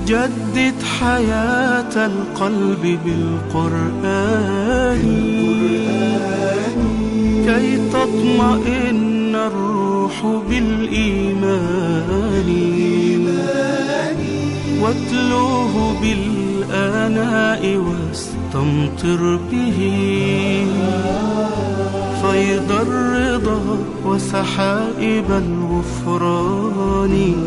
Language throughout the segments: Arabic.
جدد حياة القلب بالقرآن كي تطمئن الروح بالإيمان واتلوه بالآناء واستمطر به فيض الرضا وسحائب الغفران.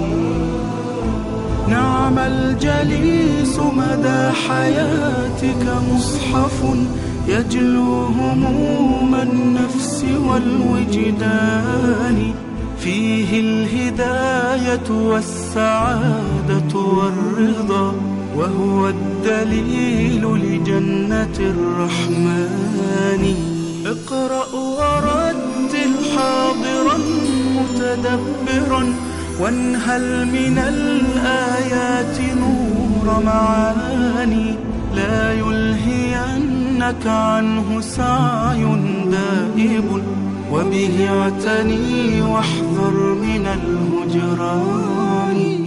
نعم الجليس مدى حياتك مصحف يجلو هموم النفس والوجدان فيه الهداية والسعادة والرضا وهو الدليل لجنة الرحمن. اقرأ ورتل حاضرا متدبرا وانهل من الآيات نور معاني لا يلهينك عنه سعي دائب وبه اعتني واحذر من الهجران.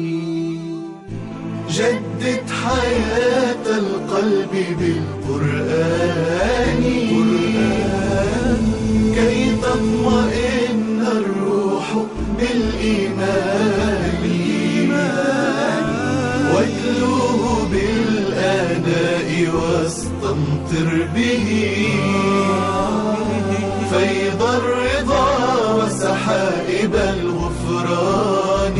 جدد حياة القلب بالقرآن كي تطمئن الروح بالإيمان واتلوه بالآناء واستمطر به فيض الرضا وسحائب الغفران.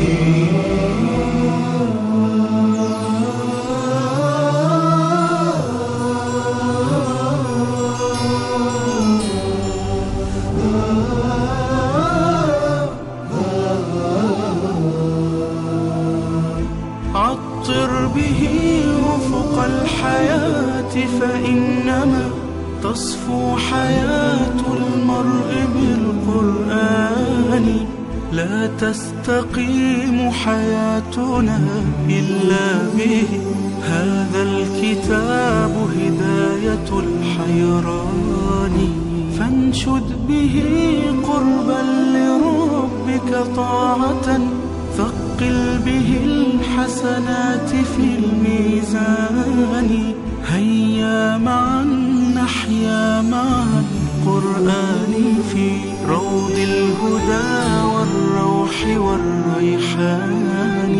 عطر به أفق الحياة فإنما تصفو حياة المرء بالقرآن. لا تستقيم حياتنا إلا به هذا الكتاب هداية الحيران. فانشد به قربا لربك طاعة ثقل به الحسنات في الميزان. هيا معا نحيا مع القرآن في روض الهدى والروح والريحان.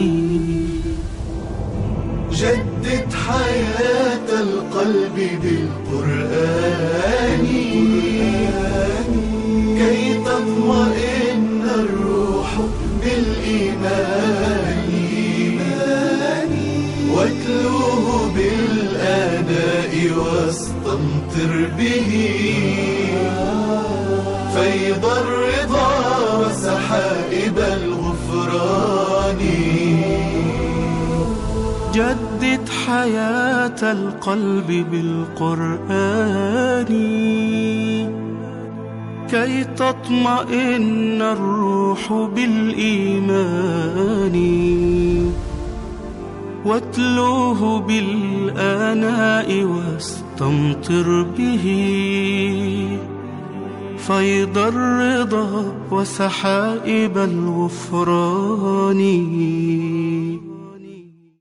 جدد حياة القلب بالقرآن كي تطمئن الروح بالإيمان واتلوه بالآناء واستمطر به فيض الرضا وسحائب الغفران. جدد حياة القلب بالقرآن كي تطمئن الروح بالإيمان واتلوه بالآناء واستمطر به فيض الرضا وسحائب الغفران.